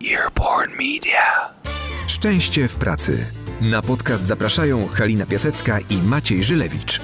Earborn Media. Szczęście w pracy. Na podcast zapraszają Halina Piasecka i Maciej Żylewicz.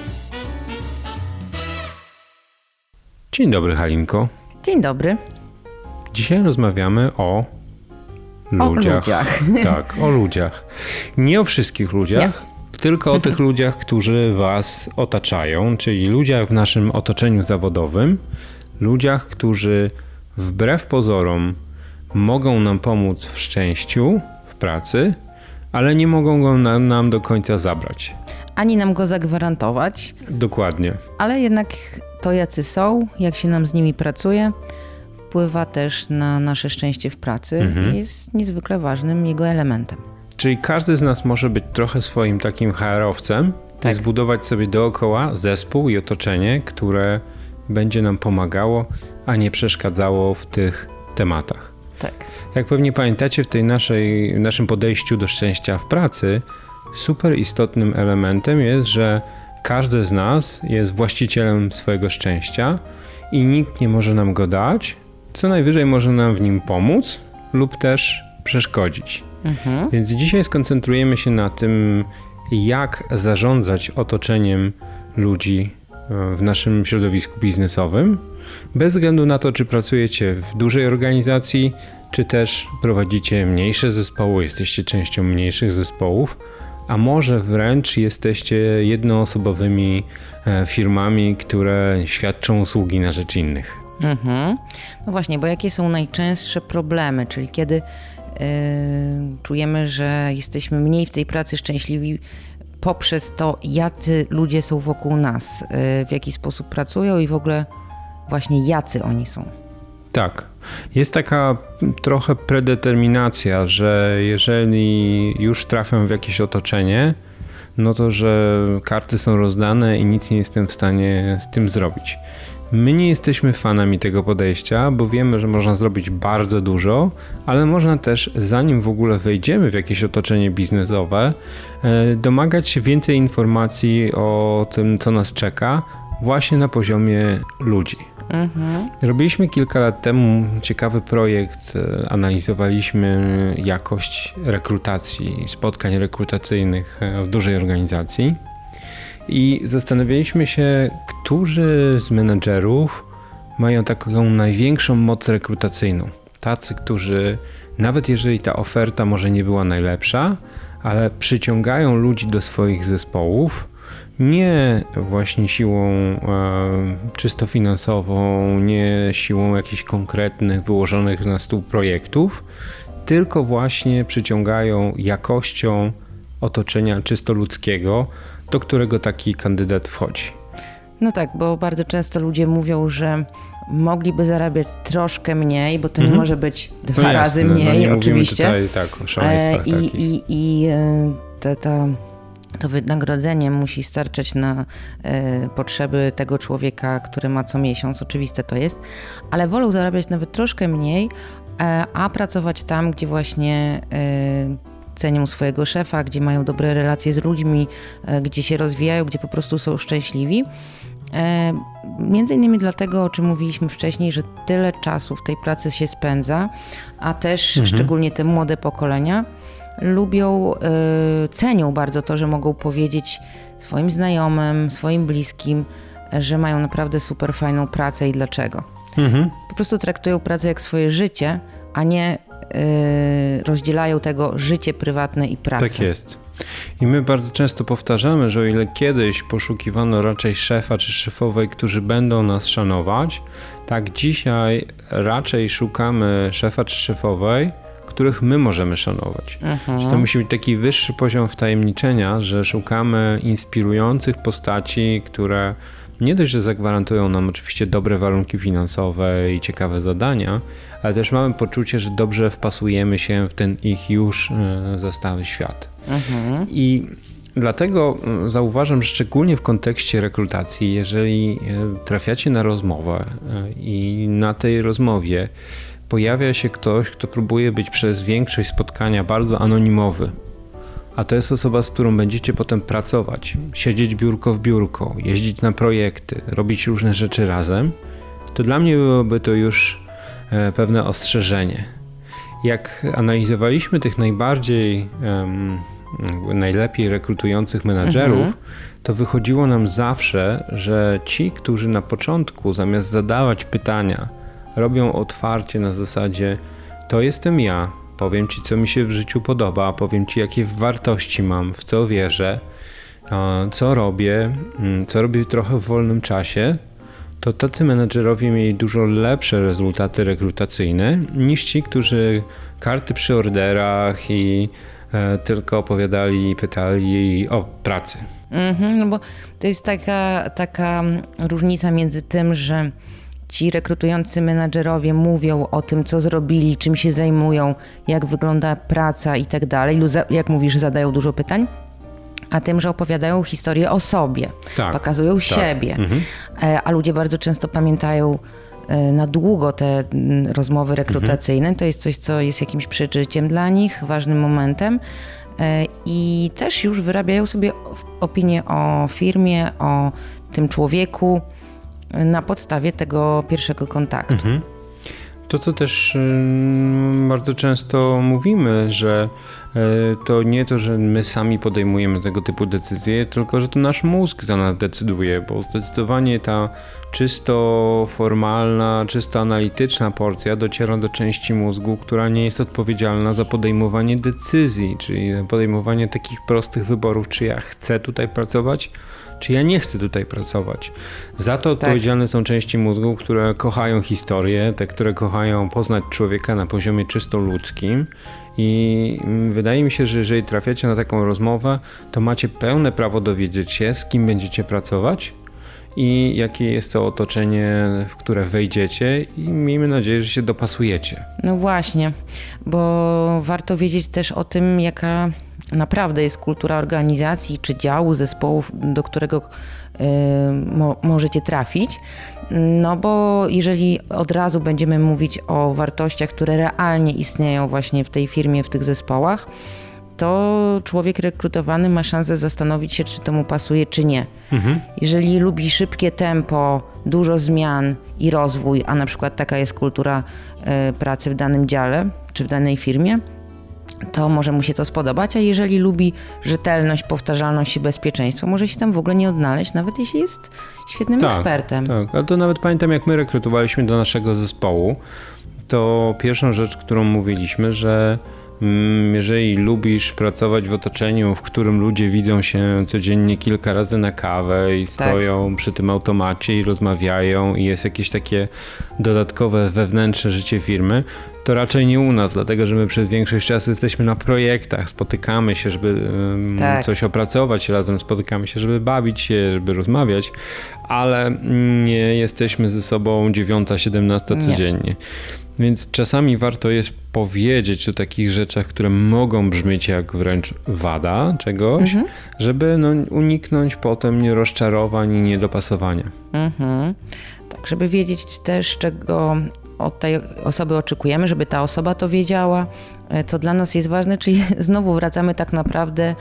Dzień dobry, Halinko. Dzień dobry. Dzisiaj rozmawiamy o ludziach. Tak, o ludziach. Nie o wszystkich ludziach, tylko o tych ludziach, którzy was otaczają, czyli ludziach w naszym otoczeniu zawodowym, ludziach, którzy wbrew pozorom mogą nam pomóc w szczęściu, w pracy, ale nie mogą go nam do końca zabrać. Ani nam go zagwarantować. Dokładnie. Ale jednak to, jacy są, jak się nam z nimi pracuje, wpływa też na nasze szczęście w pracy i jest niezwykle ważnym jego elementem. Czyli każdy z nas może być trochę swoim takim HR-owcem i zbudować sobie dookoła zespół i otoczenie, które będzie nam pomagało, a nie przeszkadzało w tych tematach. Tak. Jak pewnie pamiętacie, w tej naszym podejściu do szczęścia w pracy super istotnym elementem jest, że każdy z nas jest właścicielem swojego szczęścia i nikt nie może nam go dać, co najwyżej może nam w nim pomóc lub też przeszkodzić. Więc dzisiaj skoncentrujemy się na tym, jak zarządzać otoczeniem ludzi w naszym środowisku biznesowym, bez względu na to, czy pracujecie w dużej organizacji, czy też prowadzicie mniejsze zespoły, jesteście częścią mniejszych zespołów, a może wręcz jesteście jednoosobowymi firmami, które świadczą usługi na rzecz innych. No właśnie, bo jakie są najczęstsze problemy, czyli kiedy czujemy, że jesteśmy mniej w tej pracy szczęśliwi poprzez to, jacy ludzie są wokół nas, w jaki sposób pracują i w ogóle właśnie jacy oni są. Tak. Jest taka trochę predeterminacja, że jeżeli już trafiam w jakieś otoczenie, no to że karty są rozdane i nic nie jestem w stanie z tym zrobić. My nie jesteśmy fanami tego podejścia, bo wiemy, że można zrobić bardzo dużo, ale można też, zanim w ogóle wejdziemy w jakieś otoczenie biznesowe, domagać się więcej informacji o tym, co nas czeka, właśnie na poziomie ludzi. Robiliśmy kilka lat temu ciekawy projekt, analizowaliśmy jakość rekrutacji, spotkań rekrutacyjnych w dużej organizacji i zastanawialiśmy się, którzy z menedżerów mają taką największą moc rekrutacyjną. Tacy, którzy nawet jeżeli ta oferta może nie była najlepsza, ale przyciągają ludzi do swoich zespołów, nie właśnie siłą czysto finansową, nie siłą jakichś konkretnych, wyłożonych na stół projektów, tylko właśnie przyciągają jakością otoczenia czysto ludzkiego, do którego taki kandydat wchodzi. No tak, bo bardzo często ludzie mówią, że mogliby zarabiać troszkę mniej, bo to nie może być dwa razy mniej, nie oczywiście. Mówimy tutaj o szaleństwach takich. To wynagrodzenie musi starczać na potrzeby tego człowieka, który ma co miesiąc, oczywiste to jest, ale wolą zarabiać nawet troszkę mniej, a pracować tam, gdzie właśnie cenią swojego szefa, gdzie mają dobre relacje z ludźmi, gdzie się rozwijają, gdzie po prostu są szczęśliwi. Między innymi dlatego, o czym mówiliśmy wcześniej, że tyle czasu w tej pracy się spędza, a też szczególnie te młode pokolenia lubią, cenią bardzo to, że mogą powiedzieć swoim znajomym, swoim bliskim, że mają naprawdę super fajną pracę i dlaczego. Po prostu traktują pracę jak swoje życie, a nie rozdzielają tego życie prywatne i pracę. Tak jest. I my bardzo często powtarzamy, że o ile kiedyś poszukiwano raczej szefa czy szefowej, którzy będą nas szanować, tak dzisiaj raczej szukamy szefa czy szefowej, których my możemy szanować. Że to musi być taki wyższy poziom wtajemniczenia, że szukamy inspirujących postaci, które nie dość, że zagwarantują nam oczywiście dobre warunki finansowe i ciekawe zadania, ale też mamy poczucie, że dobrze wpasujemy się w ten ich już zastały świat. I dlatego zauważam, że szczególnie w kontekście rekrutacji, jeżeli trafiacie na rozmowę i na tej rozmowie pojawia się ktoś, kto próbuje być przez większość spotkania bardzo anonimowy, a to jest osoba, z którą będziecie potem pracować, siedzieć biurko w biurko, jeździć na projekty, robić różne rzeczy razem, to dla mnie byłoby to już pewne ostrzeżenie. jak analizowaliśmy tych najlepiej rekrutujących menadżerów, to wychodziło nam zawsze, że ci, którzy na początku zamiast zadawać pytania, robią otwarcie na zasadzie to jestem ja, powiem ci co mi się w życiu podoba, powiem ci jakie wartości mam, w co wierzę, co robię trochę w wolnym czasie, to tacy menedżerowie mieli dużo lepsze rezultaty rekrutacyjne niż ci, którzy karty przy orderach i tylko opowiadali i pytali o pracy. No bo to jest taka różnica między tym, że ci rekrutujący menadżerowie mówią o tym, co zrobili, czym się zajmują, jak wygląda praca i tak dalej. Jak mówisz, zadają dużo pytań, a tym, że opowiadają historię o sobie, pokazują siebie. A ludzie bardzo często pamiętają na długo te rozmowy rekrutacyjne. To jest coś, co jest jakimś przeżyciem dla nich, ważnym momentem. I też już wyrabiają sobie opinię o firmie, o tym człowieku na podstawie tego pierwszego kontaktu. To, co też bardzo często mówimy, że to nie to, że my sami podejmujemy tego typu decyzje, tylko że to nasz mózg za nas decyduje, bo zdecydowanie ta czysto formalna, czysto analityczna porcja dociera do części mózgu, która nie jest odpowiedzialna za podejmowanie decyzji, czyli podejmowanie takich prostych wyborów, czy ja chcę tutaj pracować, czy ja nie chcę tutaj pracować. Za to odpowiedzialne są części mózgu, które kochają historię, te, które kochają poznać człowieka na poziomie czysto ludzkim. I wydaje mi się, że jeżeli trafiacie na taką rozmowę, to macie pełne prawo dowiedzieć się, z kim będziecie pracować i jakie jest to otoczenie, w które wejdziecie i miejmy nadzieję, że się dopasujecie. No właśnie, bo warto wiedzieć też o tym, jaka naprawdę jest kultura organizacji czy działu, zespołów, do którego możecie trafić. No bo jeżeli od razu będziemy mówić o wartościach, które realnie istnieją właśnie w tej firmie, w tych zespołach, to człowiek rekrutowany ma szansę zastanowić się, czy to mu pasuje, czy nie. Jeżeli lubi szybkie tempo, dużo zmian i rozwój, a na przykład taka jest kultura pracy w danym dziale czy w danej firmie, to może mu się to spodobać, a jeżeli lubi rzetelność, powtarzalność i bezpieczeństwo, może się tam w ogóle nie odnaleźć, nawet jeśli jest świetnym ekspertem. Tak, ale to nawet pamiętam, jak my rekrutowaliśmy do naszego zespołu, to pierwszą rzecz, którą mówiliśmy, że jeżeli lubisz pracować w otoczeniu, w którym ludzie widzą się codziennie kilka razy na kawę i stoją przy tym automacie i rozmawiają i jest jakieś takie dodatkowe wewnętrzne życie firmy, to raczej nie u nas, dlatego że my przez większość czasu jesteśmy na projektach, spotykamy się, żeby coś opracować razem, spotykamy się, żeby bawić się, żeby rozmawiać, ale nie jesteśmy ze sobą 9-17 codziennie. Więc czasami warto jest powiedzieć o takich rzeczach, które mogą brzmieć jak wręcz wada czegoś, żeby uniknąć potem rozczarowań i niedopasowania. Tak, żeby wiedzieć też, czego od tej osoby oczekujemy, żeby ta osoba to wiedziała, co dla nas jest ważne, czyli znowu wracamy tak naprawdę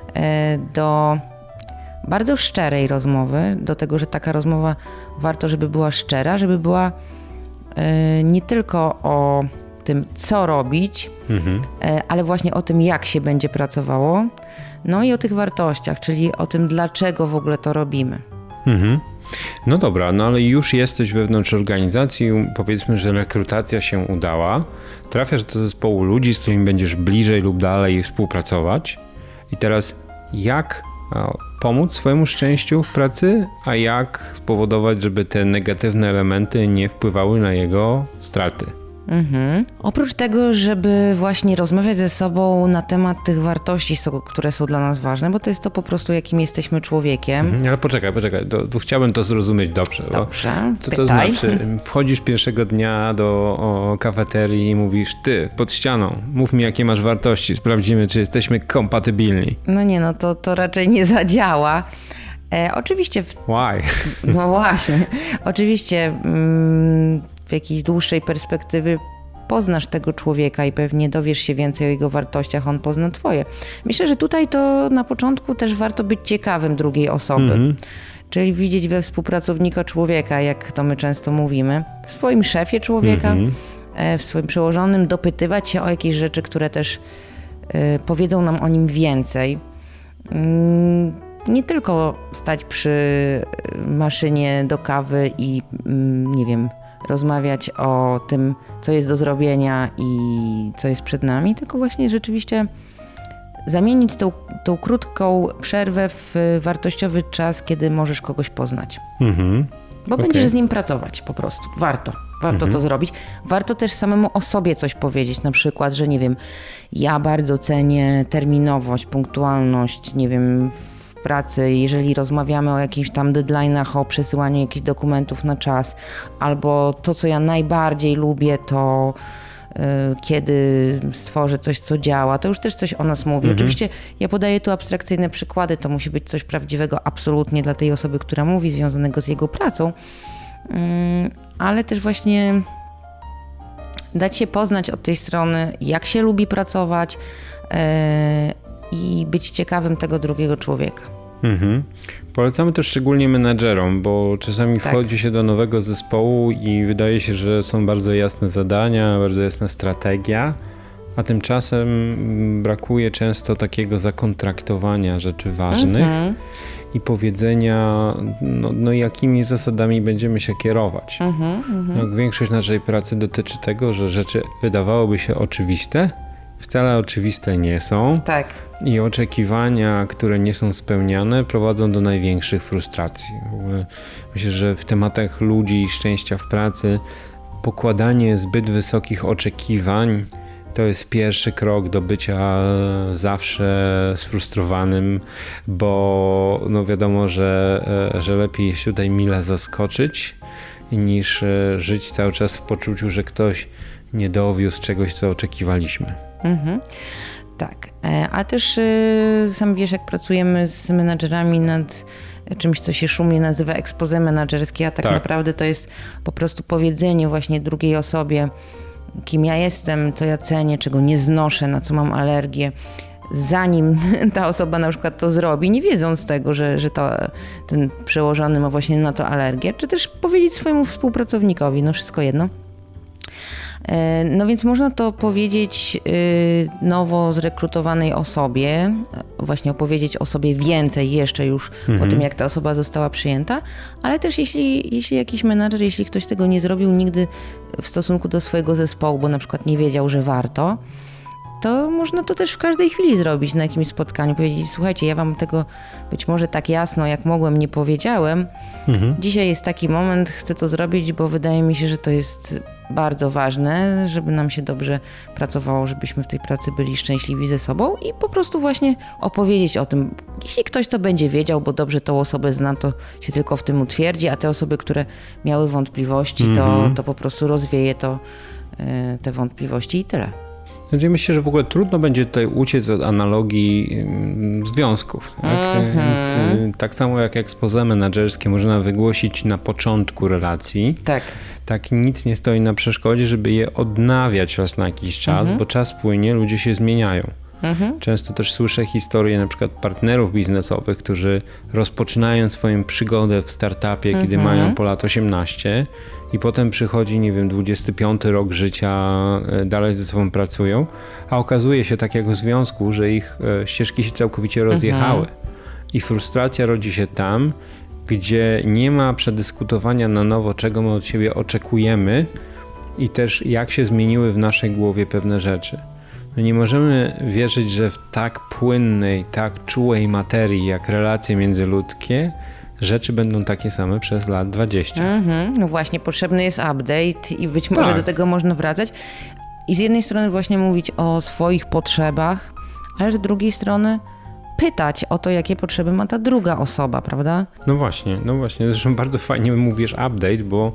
do bardzo szczerej rozmowy, do tego, że taka rozmowa warto, żeby była szczera, żeby była nie tylko o tym, co robić, ale właśnie o tym, jak się będzie pracowało, no i o tych wartościach, czyli o tym, dlaczego w ogóle to robimy. No dobra, no ale już jesteś wewnątrz organizacji, powiedzmy, że rekrutacja się udała, trafiasz do zespołu ludzi, z którymi będziesz bliżej lub dalej współpracować i teraz jak pomóc swojemu szczęściu w pracy, a jak spowodować, żeby te negatywne elementy nie wpływały na jego straty. Oprócz tego, żeby właśnie rozmawiać ze sobą na temat tych wartości, które są dla nas ważne, bo to jest to po prostu, jakim jesteśmy człowiekiem. Ale poczekaj, to chciałbym to zrozumieć dobrze. Co to znaczy? Wchodzisz pierwszego dnia do kafeterii i mówisz, ty, pod ścianą, mów mi, jakie masz wartości, sprawdzimy, czy jesteśmy kompatybilni. No nie, no to raczej nie zadziała. Oczywiście... Why? No właśnie. Oczywiście w jakiejś dłuższej perspektywy poznasz tego człowieka i pewnie dowiesz się więcej o jego wartościach, on pozna twoje. Myślę, że tutaj to na początku też warto być ciekawym drugiej osoby. Czyli widzieć we współpracownika człowieka, jak to my często mówimy, w swoim szefie człowieka, w swoim przełożonym, dopytywać się o jakieś rzeczy, które też powiedzą nam o nim więcej. Nie tylko stać przy maszynie do kawy i nie wiem, rozmawiać o tym, co jest do zrobienia i co jest przed nami, tylko właśnie rzeczywiście zamienić tą krótką przerwę w wartościowy czas, kiedy możesz kogoś poznać. Bo będziesz z nim pracować po prostu. Warto to zrobić. Warto też samemu o sobie coś powiedzieć, na przykład, że nie wiem, ja bardzo cenię terminowość, punktualność, nie wiem, w pracy, jeżeli rozmawiamy o jakichś tam deadline'ach, o przesyłaniu jakichś dokumentów na czas, albo to, co ja najbardziej lubię, to kiedy stworzę coś, co działa, to już też coś o nas mówi. Oczywiście ja podaję tu abstrakcyjne przykłady, to musi być coś prawdziwego absolutnie dla tej osoby, która mówi, związanego z jego pracą, ale też właśnie dać się poznać od tej strony, jak się lubi pracować i być ciekawym tego drugiego człowieka. Polecamy to szczególnie menadżerom, bo czasami wchodzi się do nowego zespołu i wydaje się, że są bardzo jasne zadania, bardzo jasna strategia, a tymczasem brakuje często takiego zakontraktowania rzeczy ważnych i powiedzenia, no jakimi zasadami będziemy się kierować. Większość naszej pracy dotyczy tego, że rzeczy wydawałoby się oczywiste, wcale oczywiste nie są. Tak. I oczekiwania, które nie są spełniane, prowadzą do największych frustracji. W ogóle myślę, że w tematach ludzi i szczęścia w pracy pokładanie zbyt wysokich oczekiwań to jest pierwszy krok do bycia zawsze sfrustrowanym, bo no wiadomo, że lepiej się tutaj mile zaskoczyć, niż żyć cały czas w poczuciu, że ktoś nie dowiózł czegoś, co oczekiwaliśmy. Tak, a też sam wiesz, jak pracujemy z menadżerami nad czymś, co się szumnie nazywa expose menadżerskie, a tak naprawdę to jest po prostu powiedzenie właśnie drugiej osobie, kim ja jestem, co ja cenię, czego nie znoszę, na co mam alergię, zanim ta osoba na przykład to zrobi, nie wiedząc tego, że ten przełożony ma właśnie na to alergię, czy też powiedzieć swojemu współpracownikowi, no wszystko jedno. No więc można to powiedzieć nowo zrekrutowanej osobie, właśnie opowiedzieć o sobie więcej jeszcze już po tym, jak ta osoba została przyjęta, ale też jeśli jakiś menadżer, jeśli ktoś tego nie zrobił nigdy w stosunku do swojego zespołu, bo na przykład nie wiedział, że warto, to można to też w każdej chwili zrobić na jakimś spotkaniu, powiedzieć, słuchajcie, ja wam tego być może tak jasno, jak mogłem, nie powiedziałem. Dzisiaj jest taki moment, chcę to zrobić, bo wydaje mi się, że to jest bardzo ważne, żeby nam się dobrze pracowało, żebyśmy w tej pracy byli szczęśliwi ze sobą i po prostu właśnie opowiedzieć o tym. Jeśli ktoś to będzie wiedział, bo dobrze tą osobę zna, to się tylko w tym utwierdzi, a te osoby, które miały wątpliwości, to po prostu rozwieje te wątpliwości i tyle. Znaczy myślę, że w ogóle trudno będzie tutaj uciec od analogii związków. Tak? Więc, tak samo jak expose menadżerskie można wygłosić na początku relacji. Tak nic nie stoi na przeszkodzie, żeby je odnawiać raz na jakiś czas, bo czas płynie, ludzie się zmieniają. Często też słyszę historie na przykład partnerów biznesowych, którzy rozpoczynają swoją przygodę w startupie, kiedy mają po lat 18 i potem przychodzi, nie wiem, 25 rok życia, dalej ze sobą pracują, a okazuje się tak jak w związku, że ich ścieżki się całkowicie rozjechały i frustracja rodzi się tam, gdzie nie ma przedyskutowania na nowo, czego my od siebie oczekujemy i też jak się zmieniły w naszej głowie pewne rzeczy. No nie możemy wierzyć, że w tak płynnej, tak czułej materii jak relacje międzyludzkie rzeczy będą takie same przez lat 20. No właśnie, potrzebny jest update i być może do tego można wracać. I z jednej strony właśnie mówić o swoich potrzebach, ale z drugiej strony pytać o to, jakie potrzeby ma ta druga osoba, prawda? No właśnie. Zresztą bardzo fajnie mówisz update, bo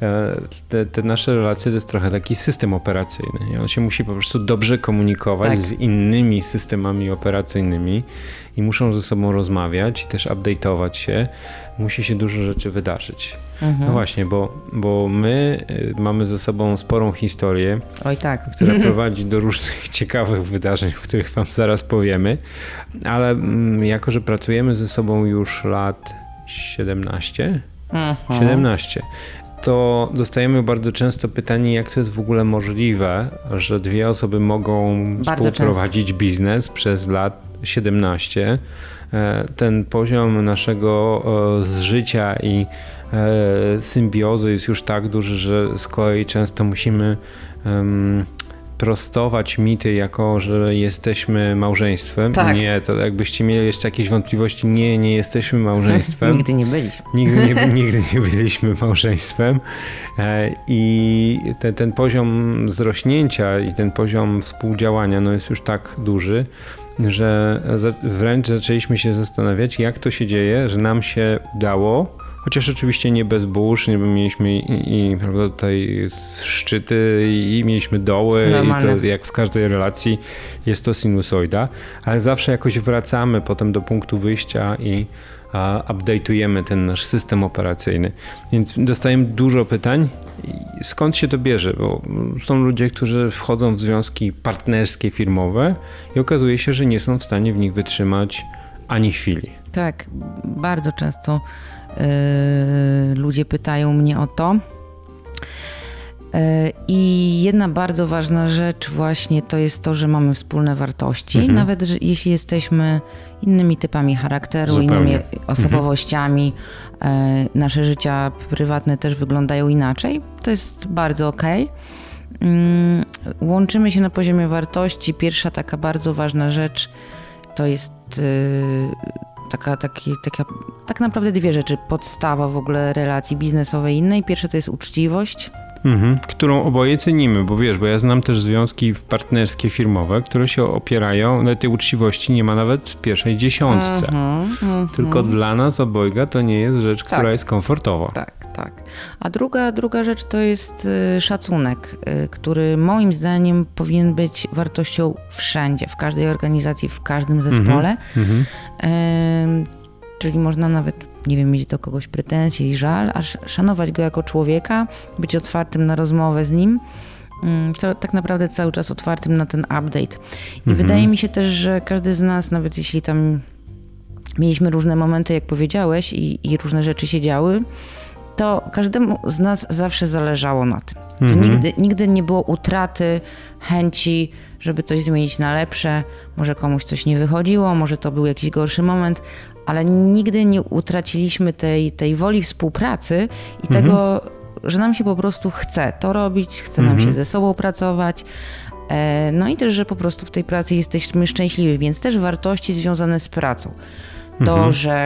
te nasze relacje to jest trochę taki system operacyjny. I on się musi po prostu dobrze komunikować z innymi systemami operacyjnymi i muszą ze sobą rozmawiać i też update'ować się. Musi się dużo rzeczy wydarzyć. No właśnie, bo my mamy ze sobą sporą historię, która prowadzi do różnych ciekawych wydarzeń, o których wam zaraz powiemy, ale jako, że pracujemy ze sobą już lat 17, to dostajemy bardzo często pytanie, jak to jest w ogóle możliwe, że dwie osoby mogą współprowadzić biznes przez lat 17. Ten poziom naszego zżycia i symbiozy jest już tak duży, że z kolei często musimy prostować mity, jako że jesteśmy małżeństwem. Tak. Nie, to jakbyście mieli jeszcze jakieś wątpliwości, nie jesteśmy małżeństwem. Nigdy nie byliśmy. Nigdy nie byliśmy małżeństwem. I ten poziom zrośnięcia i ten poziom współdziałania jest już tak duży, że wręcz zaczęliśmy się zastanawiać, jak to się dzieje, że nam się udało, chociaż oczywiście nie bez burz, nie mieliśmy prawda, tutaj szczyty i mieliśmy doły. Normalne. I to jak w każdej relacji jest to sinusoida, ale zawsze jakoś wracamy potem do punktu wyjścia i update'ujemy ten nasz system operacyjny. Więc dostajemy dużo pytań, skąd się to bierze, bo są ludzie, którzy wchodzą w związki partnerskie, firmowe i okazuje się, że nie są w stanie w nich wytrzymać ani chwili. Tak, bardzo często ludzie pytają mnie o to. I jedna bardzo ważna rzecz właśnie to jest to, że mamy wspólne wartości, nawet jeśli jesteśmy innymi typami charakteru, Zupełnie. innymi osobowościami, nasze życia prywatne też wyglądają inaczej, to jest bardzo okej. Łączymy się na poziomie wartości. Pierwsza taka bardzo ważna rzecz to jest tak naprawdę dwie rzeczy. Podstawa w ogóle relacji biznesowej innej. Pierwsza to jest uczciwość. Którą oboje cenimy, bo ja znam też związki partnerskie, firmowe, które się opierają, na tej uczciwości nie ma nawet w pierwszej dziesiątce. Tylko dla nas obojga to nie jest rzecz, która jest komfortowa. Tak. A druga rzecz to jest szacunek, który moim zdaniem powinien być wartością wszędzie, w każdej organizacji, w każdym zespole. Czyli można nawet, mieć do kogoś pretensje i żal, aż szanować go jako człowieka, być otwartym na rozmowę z nim, tak naprawdę cały czas otwartym na ten update. I wydaje mi się też, że każdy z nas, nawet jeśli tam mieliśmy różne momenty, jak powiedziałeś, i różne rzeczy się działy, to każdemu z nas zawsze zależało na tym. To nigdy nie było utraty chęci, żeby coś zmienić na lepsze. Może komuś coś nie wychodziło, może to był jakiś gorszy moment, ale nigdy nie utraciliśmy tej woli współpracy i tego, że nam się po prostu chce to robić, chce nam się ze sobą pracować. No i też, że po prostu w tej pracy jesteśmy szczęśliwi, więc też wartości związane z pracą. To, że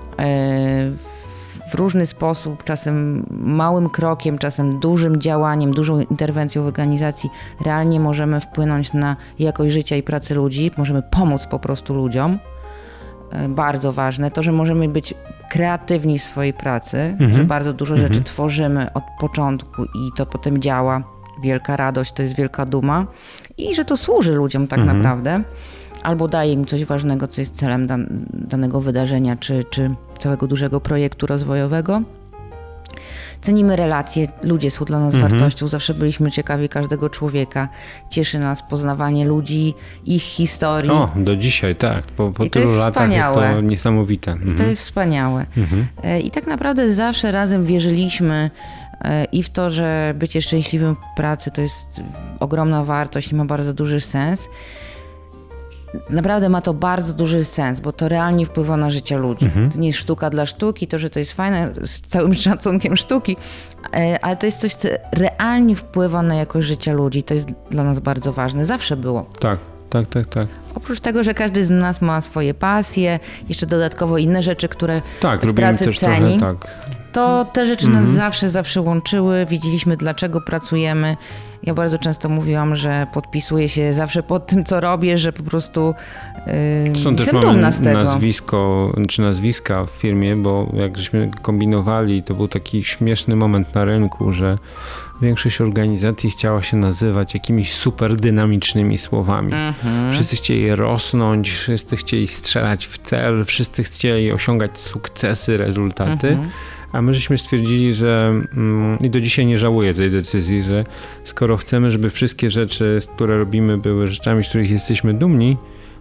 w różny sposób, czasem małym krokiem, czasem dużym działaniem, dużą interwencją w organizacji realnie możemy wpłynąć na jakość życia i pracy ludzi, możemy pomóc po prostu ludziom. Bardzo ważne. To, że możemy być kreatywni w swojej pracy, że bardzo dużo rzeczy tworzymy od początku i to potem działa. Wielka radość, to jest wielka duma i że to służy ludziom tak naprawdę. Albo daje im coś ważnego, co jest celem danego wydarzenia, czy całego dużego projektu rozwojowego. Cenimy relacje, ludzie są dla nas wartością, zawsze byliśmy ciekawi każdego człowieka. Cieszy nas poznawanie ludzi, ich historii. O, do dzisiaj, tak. Po tylu latach wspaniałe. jest to niesamowite. I to jest wspaniałe. I tak naprawdę zawsze razem wierzyliśmy i w to, że bycie szczęśliwym w pracy to jest ogromna wartość i ma bardzo duży sens. Naprawdę ma to bardzo duży sens, bo to realnie wpływa na życie ludzi. To nie jest sztuka dla sztuki, to, że to jest fajne, z całym szacunkiem sztuki, ale to jest coś, co realnie wpływa na jakość życia ludzi. To jest dla nas bardzo ważne. Zawsze było. Tak. Oprócz tego, że każdy z nas ma swoje pasje, jeszcze dodatkowo inne rzeczy, które w pracy też ceni, trochę, tak. to te rzeczy nas zawsze łączyły. Wiedzieliśmy, dlaczego pracujemy. Ja bardzo często mówiłam, że podpisuję się zawsze pod tym, co robię, że po prostu jestem dumna z tego. Nazwiska w firmie, bo jak żeśmy kombinowali, to był taki śmieszny moment na rynku, że większość organizacji chciała się nazywać jakimiś super dynamicznymi słowami. Wszyscy chcieli rosnąć, wszyscy chcieli strzelać w cel, wszyscy chcieli osiągać sukcesy, rezultaty. A my żeśmy stwierdzili, że i do dzisiaj nie żałuję tej decyzji, że skoro chcemy, żeby wszystkie rzeczy, które robimy, były rzeczami, z których jesteśmy dumni,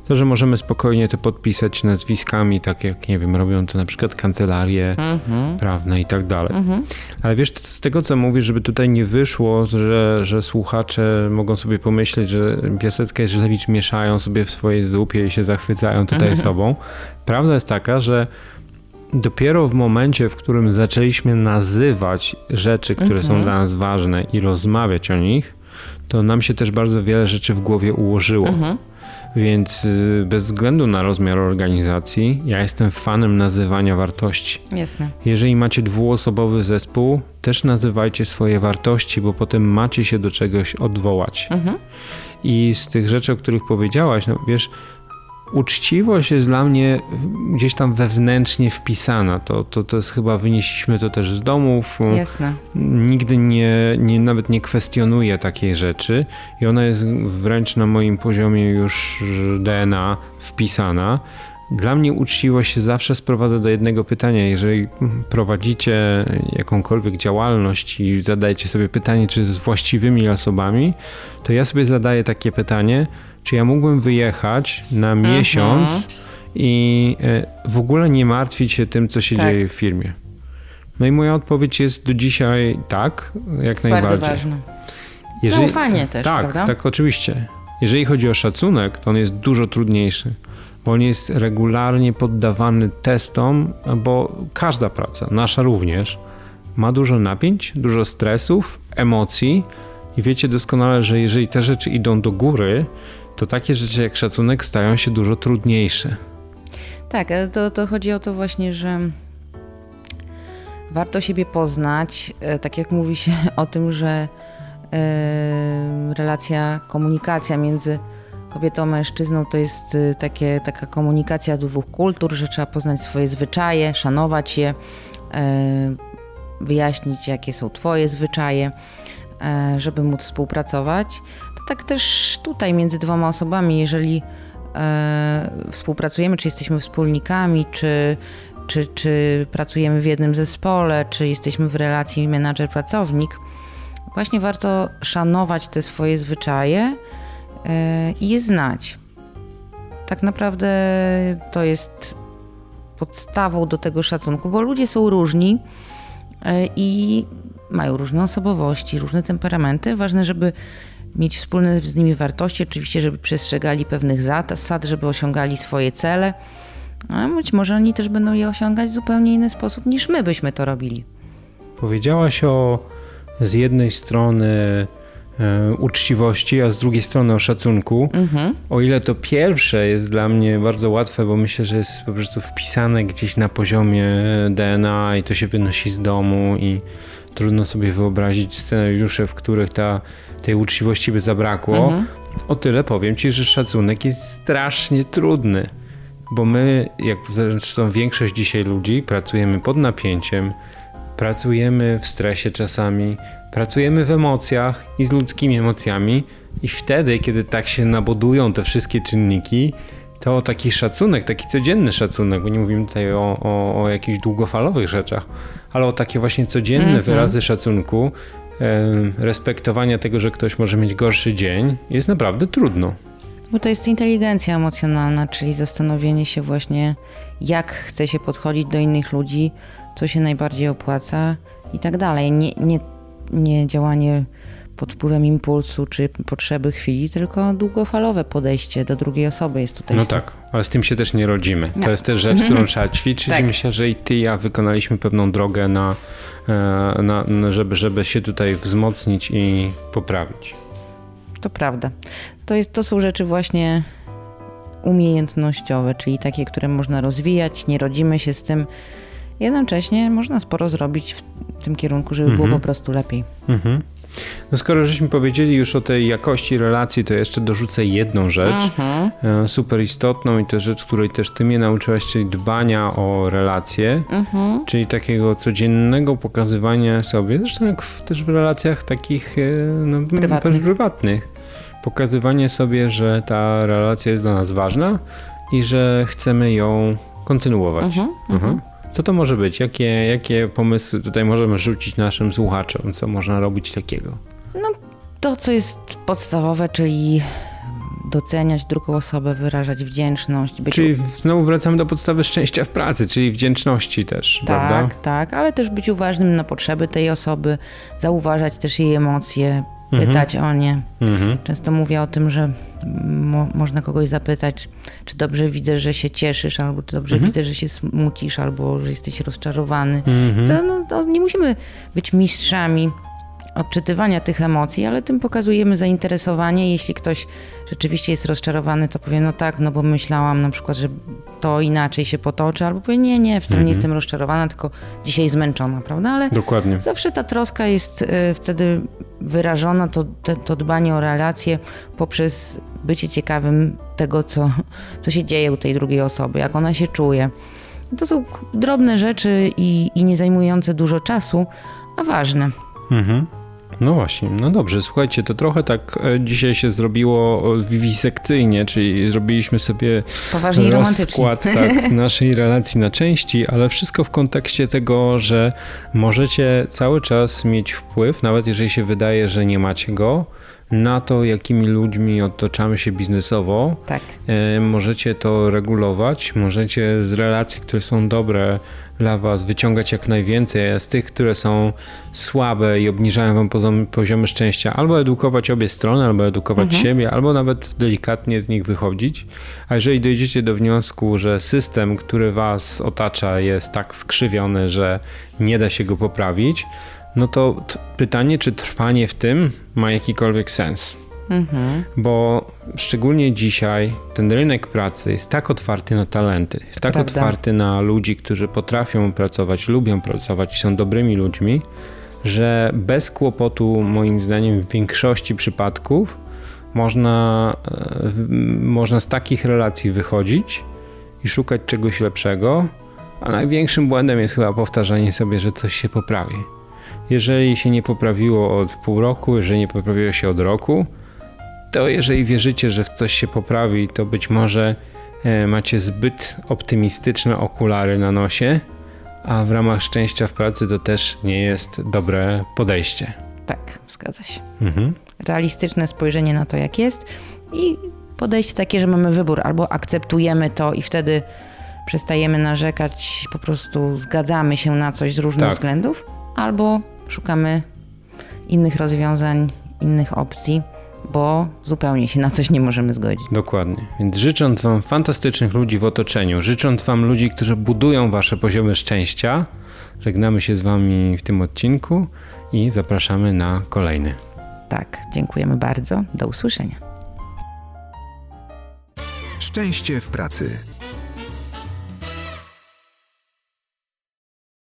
to, że możemy spokojnie to podpisać nazwiskami, tak jak, nie wiem, robią to na przykład kancelarie prawne i tak dalej. Ale wiesz, z tego co mówisz, żeby tutaj nie wyszło, że słuchacze mogą sobie pomyśleć, że Piasecka i Żylewicz mieszają sobie w swojej zupie i się zachwycają tutaj sobą. Prawda jest taka, że dopiero w momencie, w którym zaczęliśmy nazywać rzeczy, które są dla nas ważne i rozmawiać o nich, to nam się też bardzo wiele rzeczy w głowie ułożyło. Więc bez względu na rozmiar organizacji, ja jestem fanem nazywania wartości. Jasne. Jeżeli macie dwuosobowy zespół, też nazywajcie swoje wartości, bo potem macie się do czegoś odwołać. I z tych rzeczy, o których powiedziałaś, no wiesz, uczciwość jest dla mnie gdzieś tam wewnętrznie wpisana. To jest chyba, wynieśliśmy to też z domów. Jasne. Nigdy nawet nie kwestionuję takiej rzeczy i ona jest wręcz na moim poziomie już DNA wpisana. Dla mnie uczciwość się zawsze sprowadza do jednego pytania. Jeżeli prowadzicie jakąkolwiek działalność i zadajecie sobie pytanie, czy z właściwymi osobami, to ja sobie zadaję takie pytanie, czy ja mógłbym wyjechać na miesiąc i w ogóle nie martwić się tym, co się dzieje w firmie. No i moja odpowiedź jest do dzisiaj tak, jak najbardziej. Bardzo ważne. Zaufanie też, prawda? Tak, oczywiście. Jeżeli chodzi o szacunek, to on jest dużo trudniejszy, bo on jest regularnie poddawany testom, bo każda praca, nasza również, ma dużo napięć, dużo stresów, emocji i wiecie doskonale, że jeżeli te rzeczy idą do góry, to takie rzeczy jak szacunek stają się dużo trudniejsze. Tak, to chodzi o to właśnie, że warto siebie poznać. Tak jak mówi się o tym, że komunikacja między kobietą a mężczyzną to jest taka komunikacja dwóch kultur, że trzeba poznać swoje zwyczaje, szanować je, wyjaśnić, jakie są twoje zwyczaje, żeby móc współpracować. To tak też tutaj między dwoma osobami, jeżeli współpracujemy, czy jesteśmy wspólnikami, czy pracujemy w jednym zespole, czy jesteśmy w relacji menadżer-pracownik, właśnie warto szanować te swoje zwyczaje i je znać. Tak naprawdę to jest podstawą do tego szacunku, bo ludzie są różni i mają różne osobowości, różne temperamenty. Ważne, żeby mieć wspólne z nimi wartości, oczywiście, żeby przestrzegali pewnych zasad, żeby osiągali swoje cele, ale być może oni też będą je osiągać w zupełnie inny sposób, niż my byśmy to robili. Powiedziałaś z jednej strony uczciwości, a z drugiej strony o szacunku. O ile to pierwsze jest dla mnie bardzo łatwe, bo myślę, że jest po prostu wpisane gdzieś na poziomie DNA i to się wynosi z domu i trudno sobie wyobrazić scenariusze, w których tej uczciwości by zabrakło. O tyle powiem ci, że szacunek jest strasznie trudny, bo my, jak zresztą większość dzisiaj ludzi, pracujemy pod napięciem, pracujemy w stresie czasami, pracujemy w emocjach i z ludzkimi emocjami i wtedy, kiedy tak się nabudują te wszystkie czynniki, to taki szacunek, taki codzienny szacunek, bo nie mówimy tutaj o jakichś długofalowych rzeczach, ale o takie właśnie codzienne wyrazy szacunku, respektowania tego, że ktoś może mieć gorszy dzień, jest naprawdę trudno. Bo to jest inteligencja emocjonalna, czyli zastanowienie się właśnie, jak chce się podchodzić do innych ludzi, co się najbardziej opłaca i tak dalej. Nie działanie pod wpływem impulsu czy potrzeby chwili, tylko długofalowe podejście do drugiej osoby jest tutaj. No tak, ale z tym się też nie rodzimy. To jest też rzecz, którą trzeba ćwiczyć i myślę, że i ty i ja wykonaliśmy pewną drogę żeby się tutaj wzmocnić i poprawić. To prawda. To są rzeczy właśnie umiejętnościowe, czyli takie, które można rozwijać, nie rodzimy się z tym. Jednocześnie można sporo zrobić w tym kierunku, żeby było po prostu lepiej. No skoro żeśmy powiedzieli już o tej jakości relacji, to jeszcze dorzucę jedną rzecz, super istotną i to rzecz, której też ty mnie nauczyłaś, czyli dbania o relacje, czyli takiego codziennego pokazywania sobie, zresztą jak też w relacjach takich prywatnych, pokazywanie sobie, że ta relacja jest dla nas ważna i że chcemy ją kontynuować. Co to może być? Jakie pomysły tutaj możemy rzucić naszym słuchaczom? Co można robić takiego? No, to, co jest podstawowe, czyli doceniać drugą osobę, wyrażać wdzięczność. Czyli znowu wracamy do podstawy szczęścia w pracy, czyli wdzięczności też, prawda? Tak, ale też być uważnym na potrzeby tej osoby, zauważać też jej emocje, pytać o nie. Często mówię o tym, że można kogoś zapytać, czy dobrze widzę, że się cieszysz, albo czy dobrze widzę, że się smucisz, albo że jesteś rozczarowany. To nie musimy być mistrzami odczytywania tych emocji, ale tym pokazujemy zainteresowanie. Jeśli ktoś rzeczywiście jest rozczarowany, to powie, no tak, no bo myślałam na przykład, że to inaczej się potoczy, albo powie, nie, wcale nie jestem rozczarowana, tylko dzisiaj zmęczona, prawda? Ale dokładnie. Zawsze ta troska jest wtedy wyrażona, to dbanie o relacje poprzez bycie ciekawym tego, co się dzieje u tej drugiej osoby, jak ona się czuje. To są drobne rzeczy i nie zajmujące dużo czasu, a ważne. No właśnie, no dobrze, słuchajcie, to trochę tak dzisiaj się zrobiło wiwisekcyjnie, czyli zrobiliśmy sobie rozkład naszej relacji na części, ale wszystko w kontekście tego, że możecie cały czas mieć wpływ, nawet jeżeli się wydaje, że nie macie go, na to, jakimi ludźmi otaczamy się biznesowo. Tak. Możecie to regulować, możecie z relacji, które są dobre dla was, wyciągać jak najwięcej, a z tych, które są słabe i obniżają wam poziomy szczęścia, albo edukować obie strony, albo edukować siebie, albo nawet delikatnie z nich wychodzić. A jeżeli dojdziecie do wniosku, że system, który was otacza, jest tak skrzywiony, że nie da się go poprawić, no to pytanie, czy trwanie w tym ma jakikolwiek sens. Bo szczególnie dzisiaj ten rynek pracy jest tak otwarty na talenty, jest tak otwarty na ludzi, którzy potrafią pracować, lubią pracować i są dobrymi ludźmi, że bez kłopotu, moim zdaniem, w większości przypadków można z takich relacji wychodzić i szukać czegoś lepszego, a największym błędem jest chyba powtarzanie sobie, że coś się poprawi. Jeżeli się nie poprawiło od pół roku, jeżeli nie poprawiło się od roku, to jeżeli wierzycie, że coś się poprawi, to być może macie zbyt optymistyczne okulary na nosie, a w ramach szczęścia w pracy to też nie jest dobre podejście. Tak, zgadza się. Realistyczne spojrzenie na to, jak jest i podejście takie, że mamy wybór, albo akceptujemy to i wtedy przestajemy narzekać, po prostu zgadzamy się na coś z różnych względów, albo szukamy innych rozwiązań, innych opcji, bo zupełnie się na coś nie możemy zgodzić. Dokładnie. Więc życząc wam fantastycznych ludzi w otoczeniu, życząc wam ludzi, którzy budują wasze poziomy szczęścia, żegnamy się z wami w tym odcinku i zapraszamy na kolejny. Tak, dziękujemy bardzo. Do usłyszenia. Szczęście w pracy.